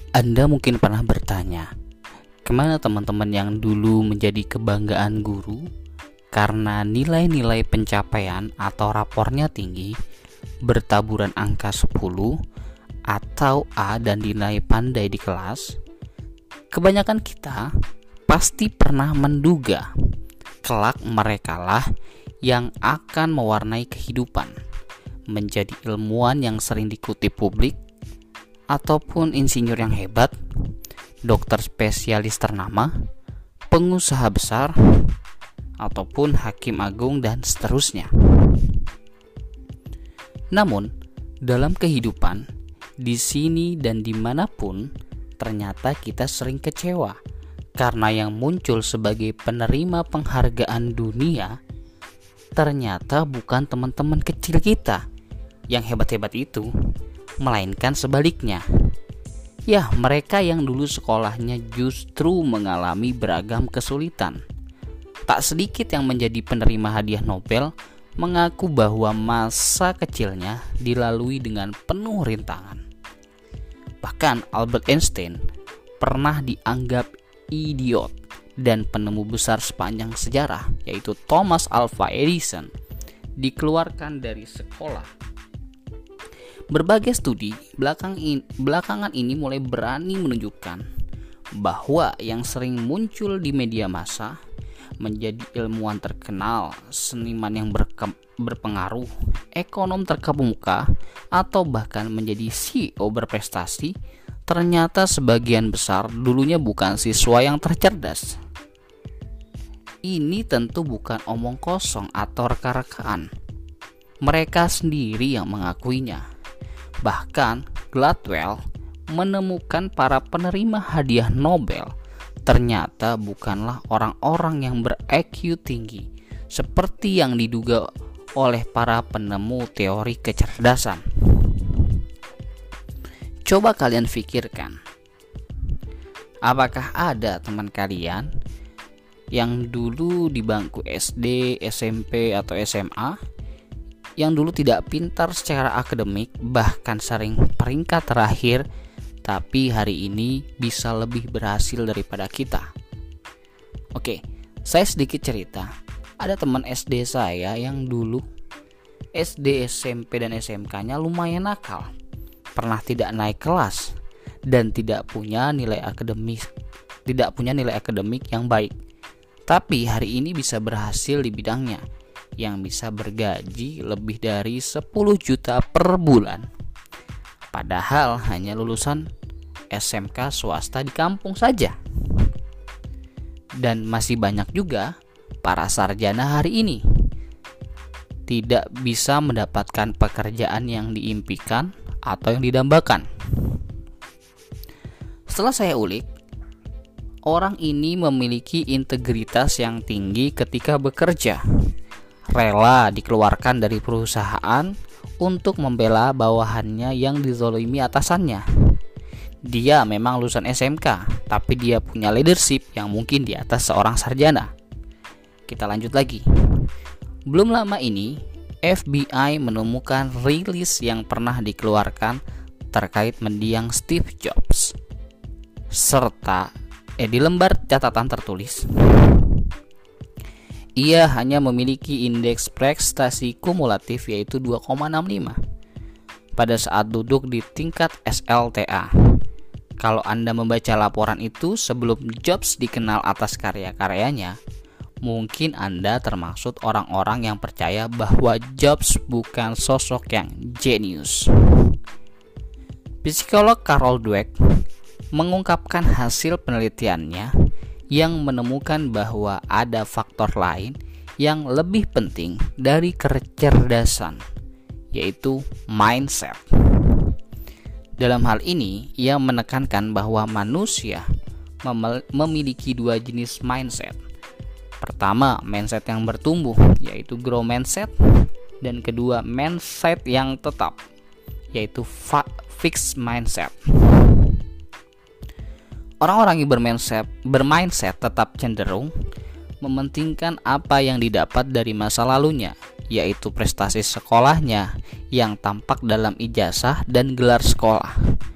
Anda mungkin pernah bertanya, kemana teman-teman yang dulu menjadi kebanggaan guru karena nilai-nilai pencapaian atau rapornya tinggi, bertaburan angka 10, atau A dan dinilai pandai di kelas? Kebanyakan kita pasti pernah menduga kelak merekalah yang akan mewarnai kehidupan, menjadi ilmuwan yang sering dikutip publik, ataupun insinyur yang hebat, dokter spesialis ternama, pengusaha besar, ataupun hakim agung, dan seterusnya. Namun, dalam kehidupan, di sini dan dimanapun, ternyata kita sering kecewa karena yang muncul sebagai penerima penghargaan dunia ternyata bukan teman-teman kecil kita yang hebat-hebat itu, melainkan sebaliknya. Ya, mereka yang dulu sekolahnya justru mengalami beragam kesulitan. Tak sedikit yang menjadi penerima hadiah Nobel mengaku bahwa masa kecilnya dilalui dengan penuh rintangan. Bahkan Albert Einstein pernah dianggap idiot, dan penemu besar sepanjang sejarah, yaitu Thomas Alva Edison, dikeluarkan dari sekolah. Berbagai studi belakangan ini mulai berani menunjukkan bahwa yang sering muncul di media massa, menjadi ilmuwan terkenal, seniman yang berpengaruh, ekonom terkemuka, atau bahkan menjadi CEO berprestasi, ternyata sebagian besar dulunya bukan siswa yang tercerdas. Ini tentu bukan omong kosong atau reka-rekaan. Mereka sendiri yang mengakuinya. Bahkan Gladwell menemukan para penerima hadiah Nobel ternyata bukanlah orang-orang yang ber-IQ tinggi seperti yang diduga oleh para penemu teori kecerdasan. Coba kalian pikirkan, apakah ada teman kalian yang dulu di bangku SD, SMP, atau SMA yang dulu tidak pintar secara akademik, bahkan sering peringkat terakhir, tapi hari ini bisa lebih berhasil daripada kita? Oke, saya sedikit cerita. Ada teman SD saya yang dulu SD, SMP, dan SMK-nya lumayan nakal, pernah tidak naik kelas, dan tidak punya nilai akademik yang baik. Tapi hari ini bisa berhasil di bidangnya, yang bisa bergaji lebih dari 10 juta per bulan. Padahal hanya lulusan SMK swasta di kampung saja. Dan masih banyak juga para sarjana hari ini tidak bisa mendapatkan pekerjaan yang diimpikan atau yang didambakan. Setelah saya ulik, orang ini memiliki integritas yang tinggi ketika bekerja, rela dikeluarkan dari perusahaan untuk membela bawahannya yang dizolimi atasannya. Dia memang lulusan SMK, tapi dia punya leadership yang mungkin di atas seorang sarjana. Kita lanjut lagi. Belum lama ini, FBI menemukan rilis yang pernah dikeluarkan terkait mendiang Steve Jobs. Serta di lembar catatan tertulis, ia hanya memiliki indeks prestasi kumulatif yaitu 2,65 pada saat duduk di tingkat SLTA. Kalau Anda membaca laporan itu sebelum Jobs dikenal atas karya-karyanya, mungkin Anda termasuk orang-orang yang percaya bahwa Jobs bukan sosok yang jenius. Psikolog Carol Dweck mengungkapkan hasil penelitiannya yang menemukan bahwa ada faktor lain yang lebih penting dari kecerdasan, yaitu mindset. Dalam hal ini, ia menekankan bahwa manusia memiliki dua jenis mindset. Pertama, mindset yang bertumbuh, yaitu growth mindset, dan kedua, mindset yang tetap, yaitu fixed mindset. Orang-orang yang bermindset tetap cenderung mementingkan apa yang didapat dari masa lalunya, yaitu prestasi sekolahnya yang tampak dalam ijazah dan gelar sekolah.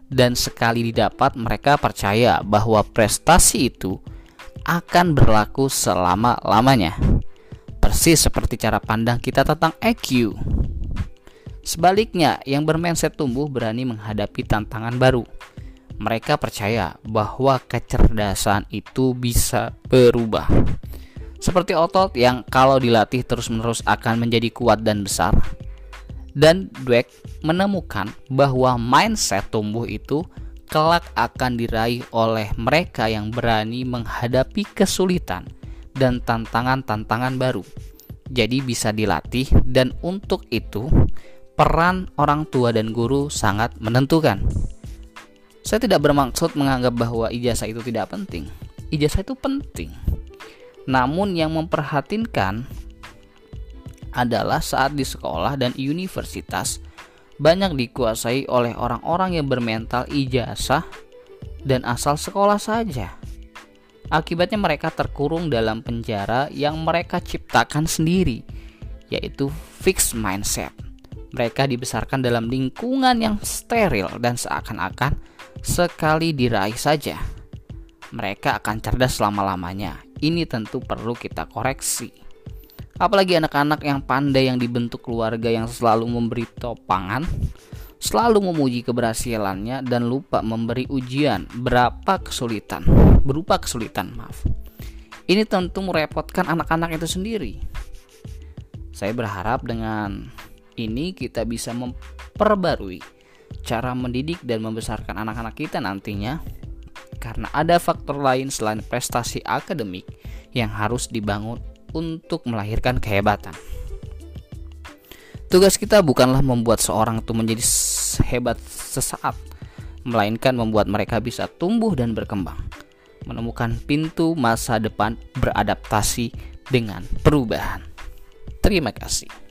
Dan sekali didapat, mereka percaya bahwa prestasi itu akan berlaku selama-lamanya. Persis seperti cara pandang kita tentang EQ. Sebaliknya, yang bermindset tumbuh berani menghadapi tantangan baru. Mereka percaya bahwa kecerdasan itu bisa berubah. Seperti otot yang kalau dilatih terus-menerus akan menjadi kuat dan besar. Dan Dweck menemukan bahwa mindset tumbuh itu kelak akan diraih oleh mereka yang berani menghadapi kesulitan dan tantangan-tantangan baru. Jadi bisa dilatih, dan untuk itu peran orang tua dan guru sangat menentukan. Saya tidak bermaksud menganggap bahwa ijazah itu tidak penting. Ijazah itu penting. Namun yang memperhatinkan adalah saat di sekolah dan universitas banyak dikuasai oleh orang-orang yang bermental ijazah dan asal sekolah saja. Akibatnya mereka terkurung dalam penjara yang mereka ciptakan sendiri, yaitu fixed mindset. Mereka dibesarkan dalam lingkungan yang steril dan seakan-akan sekali diraih saja mereka akan cerdas selama-lamanya. Ini tentu perlu kita koreksi. Apalagi anak-anak yang pandai, yang dibentuk keluarga yang selalu memberi topangan, selalu memuji keberhasilannya dan lupa memberi ujian berupa kesulitan. Ini tentu merepotkan anak-anak itu sendiri. Saya berharap dengan ini kita bisa memperbarui cara mendidik dan membesarkan anak-anak kita nantinya, karena ada faktor lain selain prestasi akademik yang harus dibangun untuk melahirkan kehebatan. Tugas kita bukanlah membuat seorang itu menjadi hebat sesaat, melainkan membuat mereka bisa tumbuh dan berkembang, menemukan pintu masa depan, beradaptasi dengan perubahan. Terima kasih.